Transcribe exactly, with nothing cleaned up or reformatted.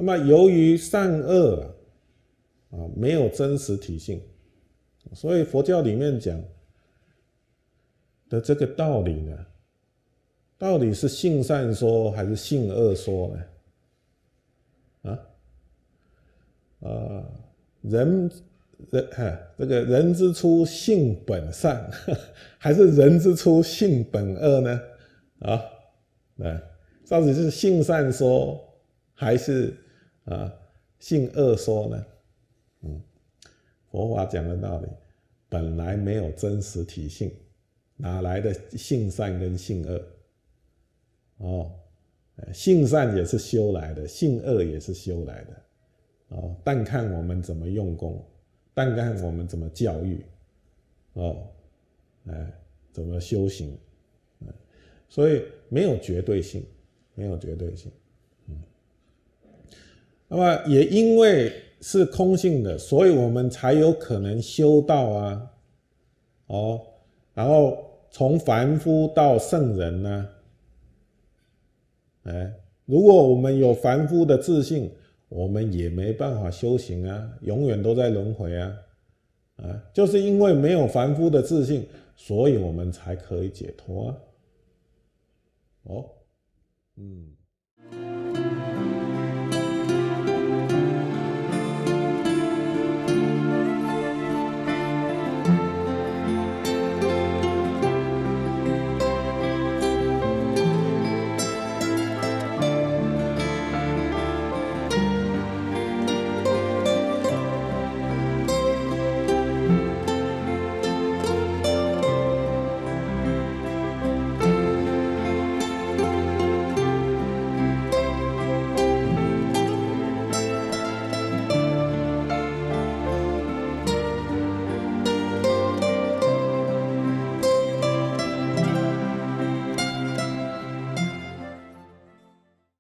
那么由于善恶啊，啊没有真实体性，所以佛教里面讲的这个道理呢，到底是性善说还是性恶说呢？啊，呃，人人这个人之初性本善，还是人之初性本恶呢？啊，那到底是性善说还是啊性恶说呢？嗯，佛法讲的道理，本来没有真实体性，哪来的性善跟性恶？哦，性善也是修来的，性恶也是修来的。哦，但看我们怎么用功，但看我们怎么教育，哦，哎，怎么修行，所以没有绝对性，没有绝对性。嗯，那么也因为是空性的，所以我们才有可能修道啊，哦，然后从凡夫到圣人呢、啊，哎，如果我们有凡夫的自信，我们也没办法修行啊，永远都在轮回啊，啊，就是因为没有凡夫的自信，所以我们才可以解脱啊。哦，嗯。